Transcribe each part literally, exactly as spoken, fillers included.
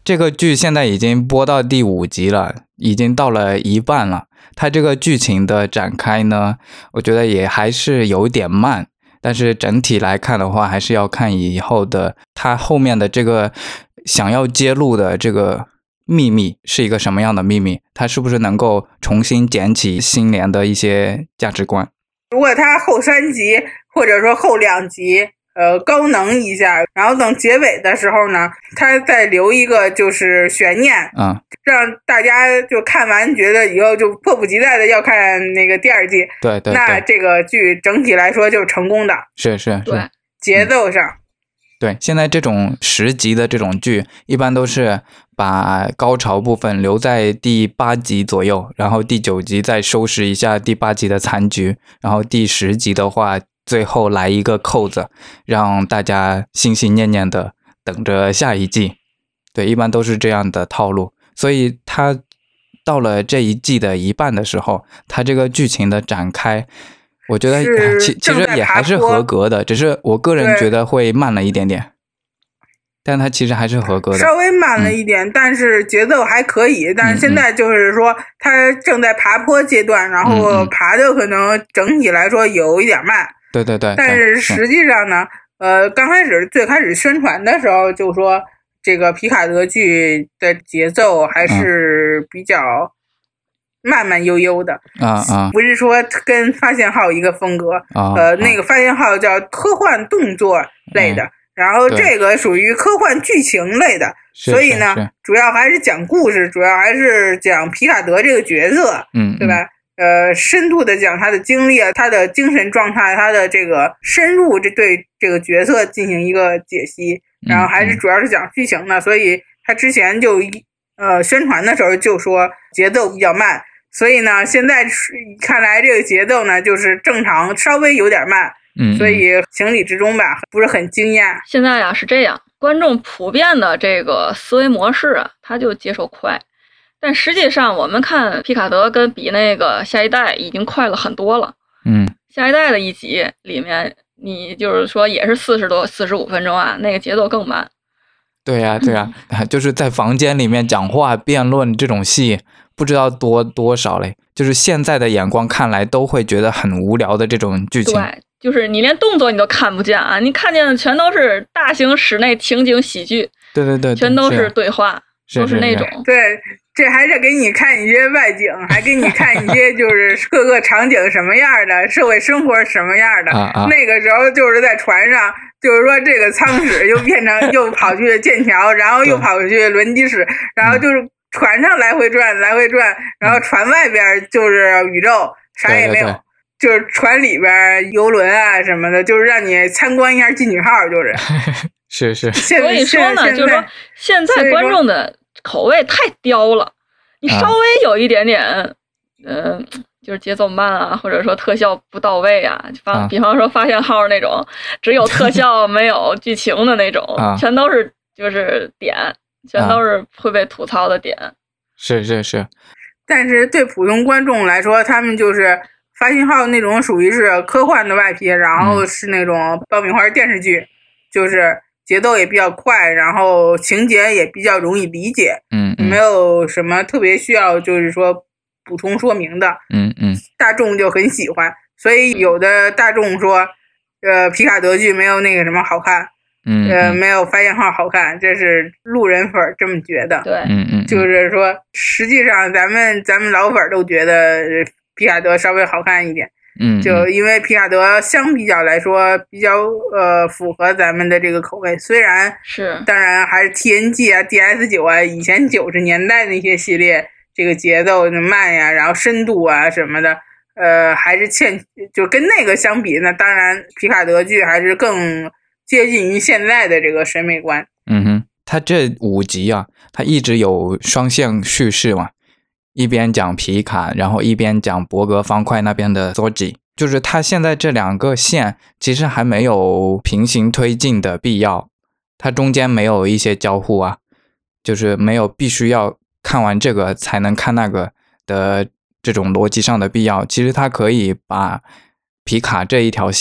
这个剧现在已经播到第五集了，已经到了一半了。它这个剧情的展开呢，我觉得也还是有点慢，但是整体来看的话，还是要看以后的它后面的这个想要揭露的这个秘密是一个什么样的秘密，它是不是能够重新捡起新年的一些价值观。 如果它后三集或者说后两集呃，高能一下，然后等结尾的时候呢，他再留一个就是悬念， 嗯， 让大家就看完觉得以后就迫不及待的要看那个第二季。 对 对, 对， 那这个剧整体来说就是成功的。 是是是， 对， 节奏上、嗯。 对，现在这种十集的这种剧，一般都是把高潮部分留在第八集左右，然后第九集再收拾一下第八集的残局，然后第十集的话。最后来一个扣子，让大家心心念念的等着下一季。对，一般都是这样的套路。所以他到了这一季的一半的时候，他这个剧情的展开，我觉得其其实也还是合格的，只是我个人觉得会慢了一点点。但它其实还是合格的， 稍微慢了一点、嗯、但是节奏还可以。但是现在就是说它正在爬坡阶段、嗯、然后爬的可能整体来说有一点慢。 对对对， 但是实际上呢，呃，刚开始最开始宣传的时候就说这个皮卡德剧的节奏还是比较慢慢悠悠的啊啊， 不是说跟发现号一个风格啊， 呃，那个发现号叫科幻动作类的。嗯，然后这个属于科幻剧情类的，所以呢，主要还是讲故事，主要还是讲皮卡德这个角色， 嗯， 对吧？呃，深度的讲他的经历啊，他的精神状态，他的这个深入，这对这个角色进行一个解析，然后还是主要是讲剧情的，所以他之前就呃宣传的时候就说节奏比较慢，所以呢，现在看来这个节奏呢就是正常，稍微有点慢。 嗯， 所以情理之中吧，不是很惊讶。 现在呀是这样，观众普遍的这个思维模式啊，他就接受快，但实际上我们看皮卡德跟比那个下一代已经快了很多了。 嗯， 下一代的一集里面，你就是说也是四十多、四十五分钟啊，那个节奏更慢。 对呀、啊，对呀、啊，就是在房间里面讲话、辩论这种戏，不知道多多少嘞。就是现在的眼光看来，都会觉得很无聊的这种剧情。 对。就是你连动作你都看不见啊，你看见的全都是大型室内情景喜剧， 对对 对, 对， 全都是对话， 是都是那种。 对，这还是给你看一些外景，还给你看一些就是各个场景什么样的，社会生活什么样的。 啊啊、 那个时候就是在船上，就是说这个舱室又变成又跑去剑桥，然后又跑去轮机室，然后就是船上来回转，来回转，然后船外边就是宇宙，啥也没有。 对对对， 就是船里边游轮啊什么的，就是让你参观一下进取号，就是是是。 所以说呢，就是说现在观众的口味太刁了，你稍微有一点点，嗯、呃，就是节奏慢啊，或者说特效不到位啊，方比方说发现号那种，只有特效没有剧情的那种， 啊、 全都是就是点，全都是会被吐槽的点。 是是是。 但是对普通观众来说，他们就是发信号那种属于是科幻的外皮，然后是那种爆米花电视剧、嗯、就是节奏也比较快，然后情节也比较容易理解， 嗯, 嗯没有什么特别需要就是说补充说明的， 嗯嗯， 大众就很喜欢，所以有的大众说呃皮卡德剧没有那个什么好看， 嗯, 嗯呃没有发现号好看，这是路人粉这么觉得。 对， 嗯嗯， 就是说实际上咱们咱们老粉都觉得皮卡德稍微好看一点， 嗯， 就因为皮卡德相比较来说比较呃符合咱们的这个口味，虽然是当然还是 T N G 啊 D S 九 啊以前九十年代那些系列，这个节奏慢呀，然后深度啊什么的，呃还是欠，就跟那个相比呢，当然皮卡德剧还是更接近于现在的这个审美观。 嗯哼，他这五集啊，他一直有双线叙事嘛。一边讲皮卡，然后一边讲博格方块那边的 Zoji， 就是他现在这两个线其实还没有平行推进的必要，它中间没有一些交互啊，就是没有必须要看完这个才能看那个的这种逻辑上的必要。其实它可以把皮卡这一条线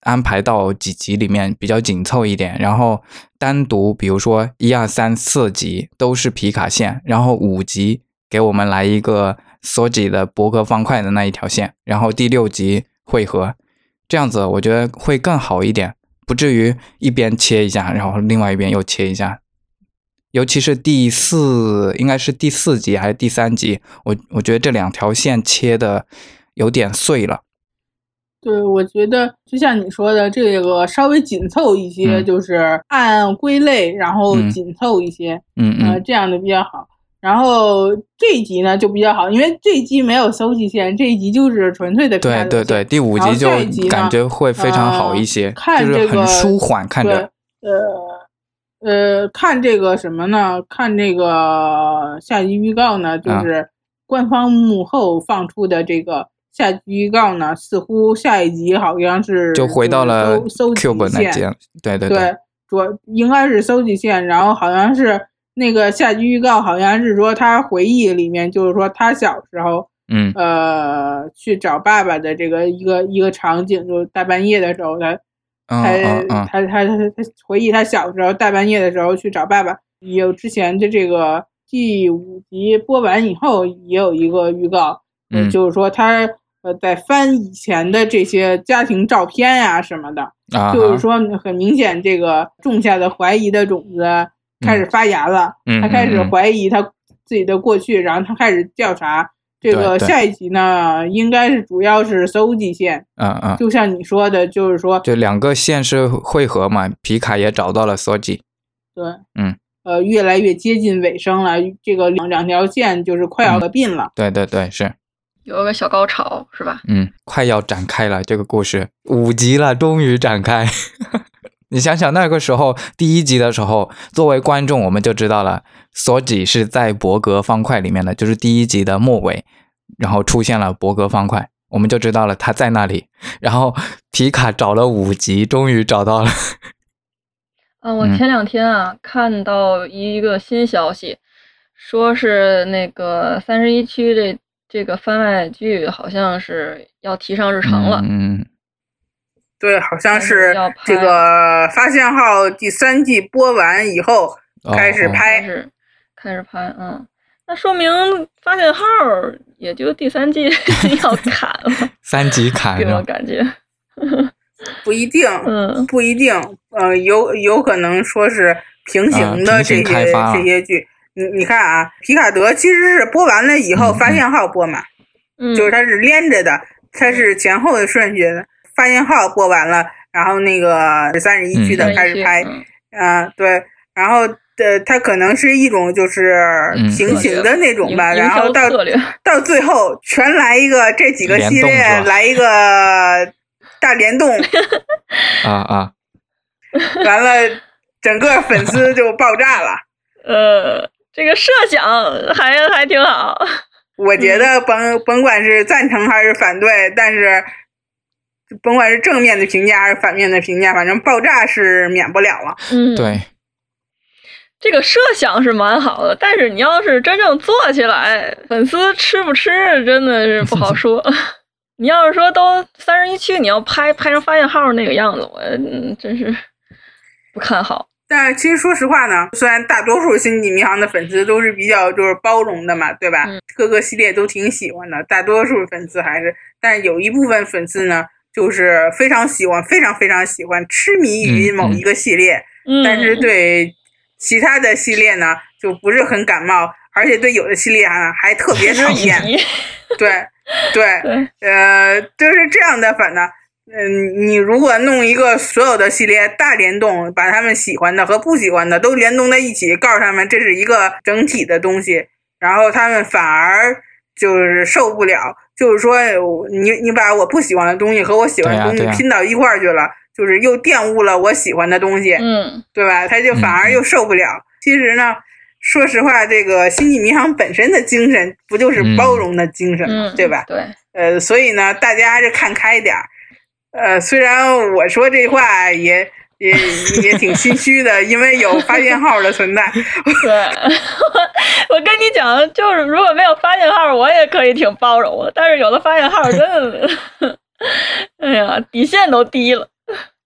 安排到几集里面比较紧凑一点，然后单独比如说一二三四集都是皮卡线，然后五集给我们来一个索吉的博格方块的那一条线，然后第六集汇合，这样子我觉得会更好一点，不至于一边切一下然后另外一边又切一下。尤其是第四应该是第四集还是第三集，我我觉得这两条线切的有点碎了。 对，我觉得就像你说的，这个稍微紧凑一些，嗯、就是按归类，然后紧凑一些， 嗯嗯、 呃，这样的比较好。然后这一集呢就比较好，因为这一集没有搜集线，这一集就是纯粹的皮卡德线。 对对对，第五集就感觉会非常好一些， 呃、看这个、 就是很舒缓，看着。 呃呃，看这个什么呢？看这个下集预告呢，就是官方幕后放出的这个。下集预告呢，似乎下一集好像是就回到了搜集线， 对对对，主应该是搜集线，然后好像是那个下集预告好像是说他回忆里面就是说他小时候， 嗯呃，去找爸爸的这个一个一个场景，就是大半夜的时候他， 他他他他他他回忆他小时候大半夜的时候去找爸爸，有之前的这个第五集播完以后也有一个预告， 嗯， 就是说他。呃，在翻以前的这些家庭照片呀、啊、什么的， 啊、 就是说很明显，这个种下的怀疑的种子开始发芽了。 嗯、 他开始怀疑他自己的过去， 嗯、 然后他开始调查。这个下一集呢，应该是主要是搜集线。 嗯嗯， 就像你说的，就是说， 就两个线是汇合嘛，皮卡也找到了搜集。 对， 嗯， 呃，越来越接近尾声了，这个两两条线就是快要合并了。 嗯、对对对，是。 有个小高潮是吧？ 嗯，快要展开了，这个故事五集了，终于展开。你想想那个时候第一集的时候，作为观众我们就知道了，索吉是在博格方块里面的，就是第一集的末尾，然后出现了博格方块，我们就知道了他在那里。然后皮卡找了五集，终于找到了。 嗯，我前两天啊、嗯、看到一个新消息，说是那个三十一区这。这个番外剧好像是要提上日程了， 嗯， 对，好像是这个发现号第三季播完以后开始拍， 哦、开始开始拍，嗯，那说明发现号也就第三季要砍了， 三集砍了， 给我感觉不一定， 嗯， 不一定，呃，有有可能说是平行的这些、呃、这些剧。你你看啊，皮卡德其实是播完了以后， 嗯、 发现号播嘛， 嗯， 就是它是连着的，它是前后的顺序的。发现号播完了，然后那个三十一区的开始拍，嗯、呃，对，然后呃，它可能是一种就是平行的那种吧， 嗯、 然后到到最后全来一个这几个系列来一个大联动， 啊啊， 完了整个粉丝就爆炸了， 呃。这个设想还还挺好， 我觉得甭甭管是赞成还是反对，但是甭管是正面的评价还是反面的评价，反正爆炸是免不了了。 嗯， 对， 这个设想是蛮好的，但是你要是真正做起来，粉丝吃不吃真的是不好说。你要是说都三十一区，你要拍拍成发现号那个样子，我、嗯、真是不看好。 但是其实说实话呢，虽然大多数星际迷航的粉丝都是比较就是包容的嘛，对吧？ 嗯、 各个系列都挺喜欢的，大多数粉丝还是，但是有一部分粉丝呢，就是非常喜欢，非常非常喜欢，痴迷于某一个系列， 嗯、 但是对其他的系列呢就不是很感冒，而且对有的系列啊还特别讨厌。对对，呃，就是这样的粉呢。嗯，你如果弄一个所有的系列大联动，把他们喜欢的和不喜欢的都联动在一起，告诉他们这是一个整体的东西，然后他们反而就是受不了，就是说你你把我不喜欢的东西和我喜欢的东西拼到一块儿去了，啊啊、就是又玷污了我喜欢的东西， 嗯， 对吧？他就反而又受不了。嗯、其实呢，说实话，这个星际迷航本身的精神不就是包容的精神吗？ 嗯、 对吧？ 对， 呃，所以呢，大家还是看开点儿。呃，虽然我说这话也也也挺心虚的，因为有发现号的存在。 对，我跟你讲，就是如果没有发现号，我也可以挺包容的。但是有了发现号，真的，哎呀，底线都低了。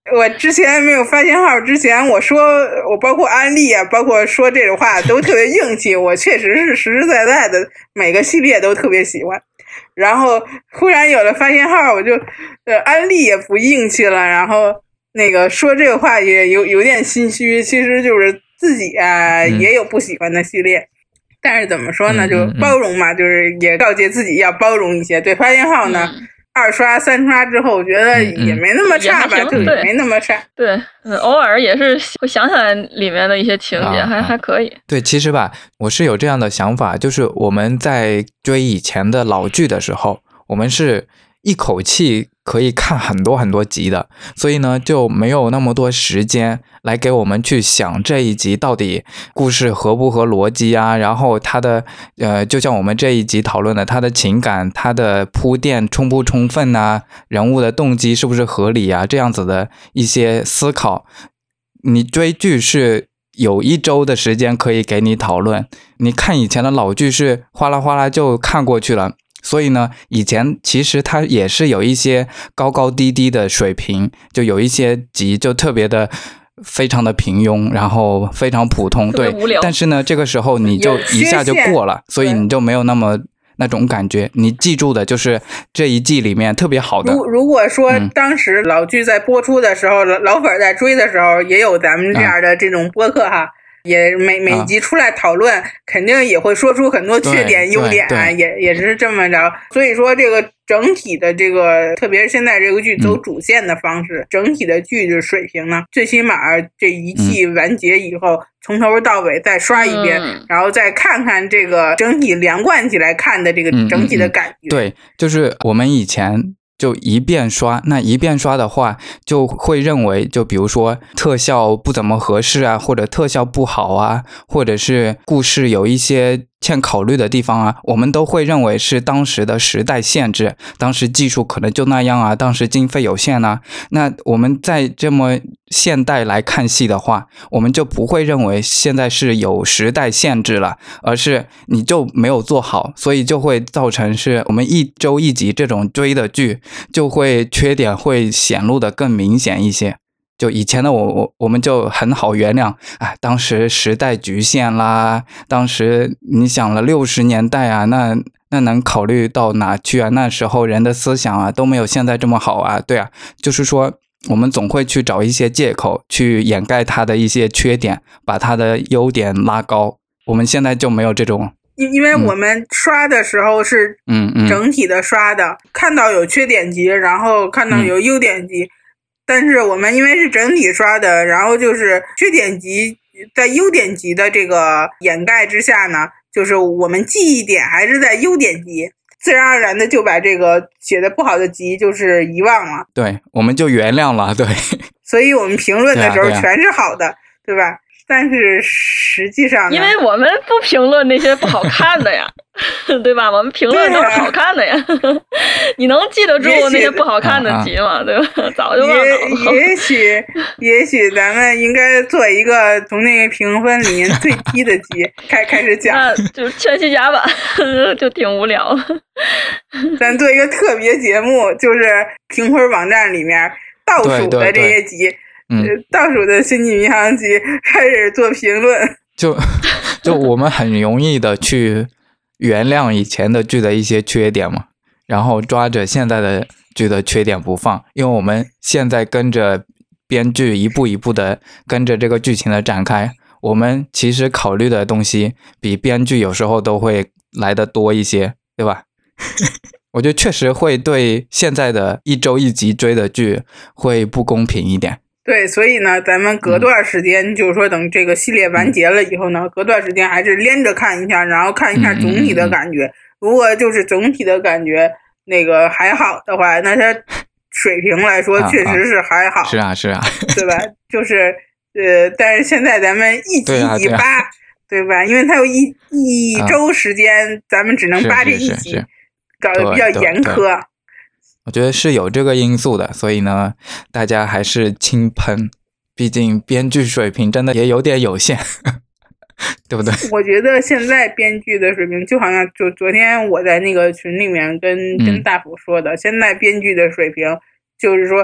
我之前没有发信号之前，我说我包括安利啊，包括说这种话都特别硬气。我确实是实实在在的每个系列都特别喜欢。然后忽然有了发信号，我就呃安利也不硬气了，然后那个说这个话也有有点心虚。其实就是自己啊、嗯、也有不喜欢的系列，但是怎么说呢，就包容嘛，就是也告诫自己要包容一些。对发信号呢。嗯二刷三刷之后，我觉得也没那么差吧，就、嗯、也没那么差。 对，嗯，偶尔也是会想起来里面的一些情节，啊、还还可以。 对，其实吧，我是有这样的想法，就是我们在追以前的老剧的时候，我们是一口气可以看很多很多集的，所以呢，就没有那么多时间来给我们去想这一集到底故事合不合逻辑啊，然后它的呃，就像我们这一集讨论的，它的情感、它的铺垫充不充分啊，人物的动机是不是合理啊，这样子的一些思考。你追剧是有一周的时间可以给你讨论，你看以前的老剧是哗啦哗啦就看过去了。所以呢，以前其实它也是有一些高高低低的水平，就有一些集就特别的非常的平庸，然后非常普通，对。但是呢，这个时候你就一下就过了，所以你就没有那么那种感觉。你记住的就是这一季里面特别好的。 如如果说当时老剧在播出的时候，嗯、老粉在追的时候，也有咱们这样的这种播客哈。啊也每每集出来讨论、啊，肯定也会说出很多缺点、优点，也也是这么着。所以说，这个整体的这个，特别是现在这个剧走主线的方式，嗯、整体的剧的水平呢，最起码这一季完结以后，嗯、从头到尾再刷一遍、嗯，然后再看看这个整体连贯起来看的这个整体的感觉。 嗯嗯嗯、对，就是我们以前。就一遍刷，那一遍刷的话就会认为，就比如说特效不怎么合适啊，或者特效不好啊，或者是故事有一些欠考虑的地方啊，我们都会认为是当时的时代限制，当时技术可能就那样啊，当时经费有限啊。那我们在这么现代来看戏的话，我们就不会认为现在是有时代限制了，而是你就没有做好，所以就会造成是我们一周一集这种追的剧就会缺点会显露的更明显一些。就以前的我我我们就很好原谅，哎，当时时代局限啦，当时你想了六十年代啊，那那能考虑到哪去啊？那时候人的思想啊都没有现在这么好啊，对啊，就是说我们总会去找一些借口去掩盖它的一些缺点，把它的优点拉高。我们现在就没有这种。 因因为我们刷的时候是嗯嗯整体的刷的、嗯嗯，看到有缺点集，然后看到有优点集。嗯，但是我们因为是整体刷的，然后就是缺点集在优点集的这个掩盖之下呢，就是我们记忆点还是在优点集，自然而然的就把这个写的不好的集就是遗忘了。 对，我们就原谅了，对。 所以我们评论的时候全是好的， 对, 啊对, 啊、对吧？但是实际上呢， 因为我们不评论那些不好看的呀，对吧？我们评论都是好看的呀。你能记得住那些不好看的集吗？对吧？早就忘了。 也许，也许咱们应该做一个从那个评分里面最低的集开开始讲， 那就全息甲板，就挺无聊。 咱做一个特别节目，就是评分网站里面倒数的这些集。 对对对嗯， 倒数的星际迷航集开始做评论， 就就我们很容易的去原谅以前的剧的一些缺点嘛，然后抓着现在的剧的缺点不放，因为我们现在跟着编剧一步一步的跟着这个剧情的展开，我们其实考虑的东西比编剧有时候都会来得多一些，对吧？我觉得确实会对现在的一周一集追的剧会不公平一点。 对，所以呢，咱们隔段时间、嗯、就是说等这个系列完结了以后呢、嗯、隔段时间还是连着看一下，然后看一下总体的感觉、嗯嗯嗯、如果就是总体的感觉那个还好的话，那它水平来说确实是还好、 啊啊、是啊是啊对吧？就是呃，但是现在咱们一集一集扒、啊啊、对吧？因为它有一一周时间、啊、咱们只能扒这一集， 是是是搞得比较严苛。 我觉得是有这个因素的，所以呢，大家还是轻喷，毕竟编剧水平真的也有点有限，对不对？ 我觉得现在编剧的水平，就好像就昨天我在那个群里面跟、嗯、跟大福说的，现在编剧的水平就是说，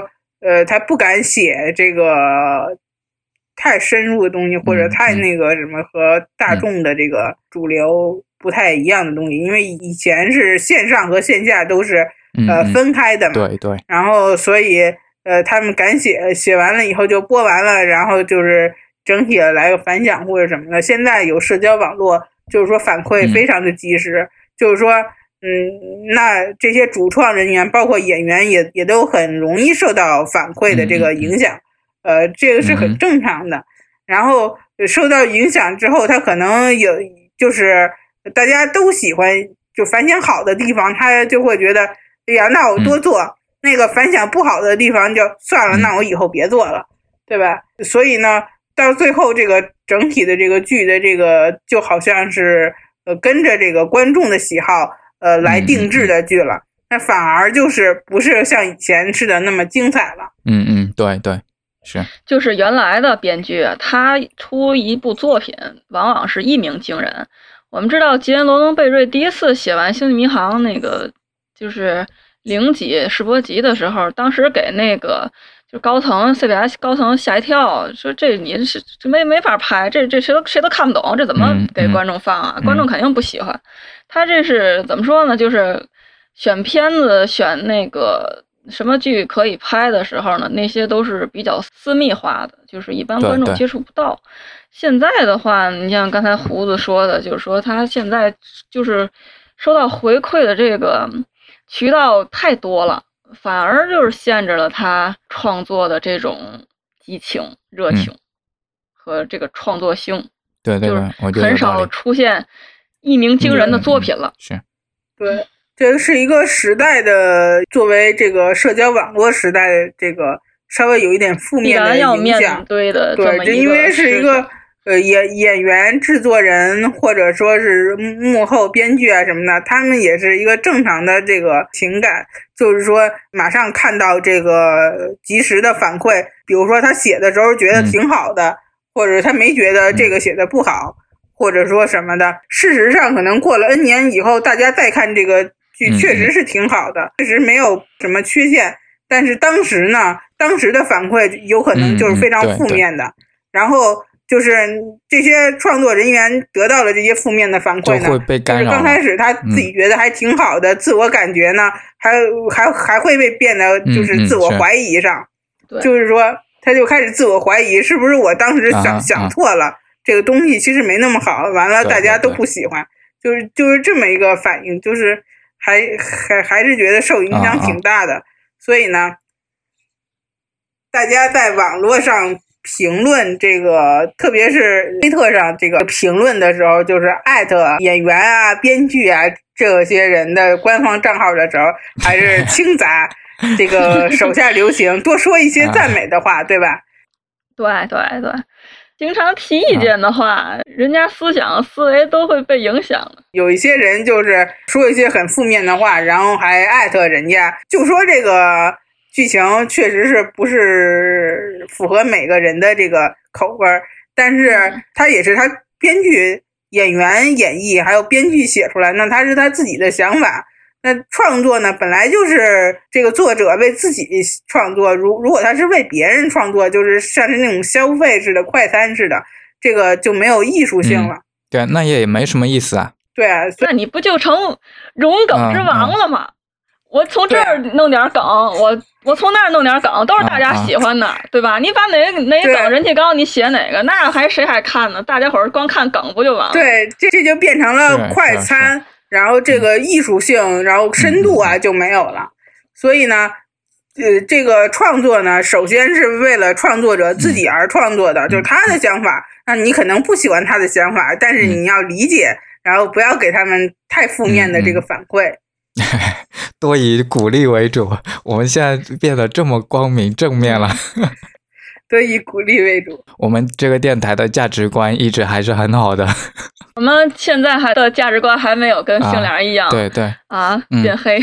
呃，他不敢写这个太深入的东西，或者太那个什么和大众的这个主流不太一样的东西，因为以前是线上和线下都是呃分开的嘛， 对对， 然后所以呃他们敢写，写完了以后就播完了，然后就是整体的来个反响或者什么的。现在有社交网络，就是说反馈非常的及时，嗯、就是说嗯，那这些主创人员包括演员也也都很容易受到反馈的这个影响，嗯、呃，这个是很正常的。嗯、然后受到影响之后，他可能有就是大家都喜欢，就反响好的地方，他就会觉得，哎呀，那我多做；嗯、那个反响不好的地方就算了，那我以后别做了，对吧？所以呢，到最后这个整体的这个剧的这个就好像是呃跟着这个观众的喜好。呃，来定制的剧了，那反而就是不是像以前似的那么精彩了。 嗯嗯，对对，是。 就是原来的编剧，他出一部作品，往往是一鸣惊人。我们知道吉恩·罗登贝瑞第一次写完《星际迷航》那个就是零集试播集的时候，当时给那个就高层 C B S 高层吓一跳，说这你是这没没法拍，这这谁都谁都看不懂，这怎么给观众放啊？嗯嗯、观众肯定不喜欢。他这是怎么说呢？就是选片子选那个什么剧可以拍的时候呢，那些都是比较私密化的，就是一般观众接触不到。现在的话，你像刚才胡子说的，就是说他现在就是收到回馈的这个渠道太多了，反而就是限制了他创作的这种激情、热情、嗯、和这个创作性。 对对对，我觉得很少出现一鸣惊人的作品了。 嗯、是， 对，这是一个时代的，作为这个社交网络时代的这个稍微有一点负面的影响。 对的， 对，这因为是一个呃演演员、制作人或者说是幕后编剧啊什么的，他们也是一个正常的这个情感，就是说马上看到这个及时的反馈，比如说他写的时候觉得挺好的。嗯，或者他没觉得这个写的不好，嗯、或者说什么的。事实上，可能过了 N 年以后，大家再看这个剧，确实是挺好的，嗯、确实没有什么缺陷。但是当时呢，当时的反馈有可能就是非常负面的。嗯、然后就是这些创作人员得到了这些负面的反馈呢， 就会被干扰。 就是刚开始他自己觉得还挺好的，嗯、自我感觉呢，还还还会被变得就是自我怀疑上， 嗯嗯、 就是说。他就开始自我怀疑，是不是我当时想、啊、想错了、啊，这个东西其实没那么好，完了大家都不喜欢，对对对，就是就是这么一个反应，就是还还还是觉得受影响挺大的，啊、所以呢，大家在网络上评论这个，特别是推特上这个评论的时候，就是艾特演员啊、编剧啊这些人的官方账号的时候，还是轻砸。这个手下留情，多说一些赞美的话，啊、对吧？ 对对对，经常提意见的话，啊、人家思想思维都会被影响的。 有一些人就是说一些很负面的话，然后还艾特人家，就说这个剧情确实是不是符合每个人的这个口味，但是他也是他编剧、演员演绎，还有编剧写出来，那他是他自己的想法。那创作呢，本来就是这个作者为自己创作，如如果他是为别人创作，就是像是那种消费式的、快餐式的，这个就没有艺术性了。 嗯、对，那也没什么意思啊。 对啊， 那你不就成融梗之王了吗？嗯嗯、我从这儿弄点梗，啊、我我从那儿弄点梗，都是大家喜欢的，啊、对吧？你把哪哪梗人气高，你写哪个，那还谁还看呢？大家伙儿光看梗不就完了？ 对，这这就变成了快餐。然后这个艺术性，嗯、然后深度啊就没有了，所以呢，呃，这个创作呢，首先是为了创作者自己而创作的，嗯、就是他的想法。那你可能不喜欢他的想法，但是你要理解，嗯、然后不要给他们太负面的这个反馈。 嗯嗯、多以鼓励为主，我们现在变得这么光明正面了。 多以鼓励为主。 我们这个电台的价值观一直还是很好的。 我们现在还的价值观还没有跟星联一样， 啊、对对啊，嗯、变黑。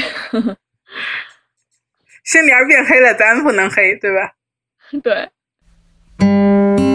星联变黑了，咱不能黑，对吧？ 对。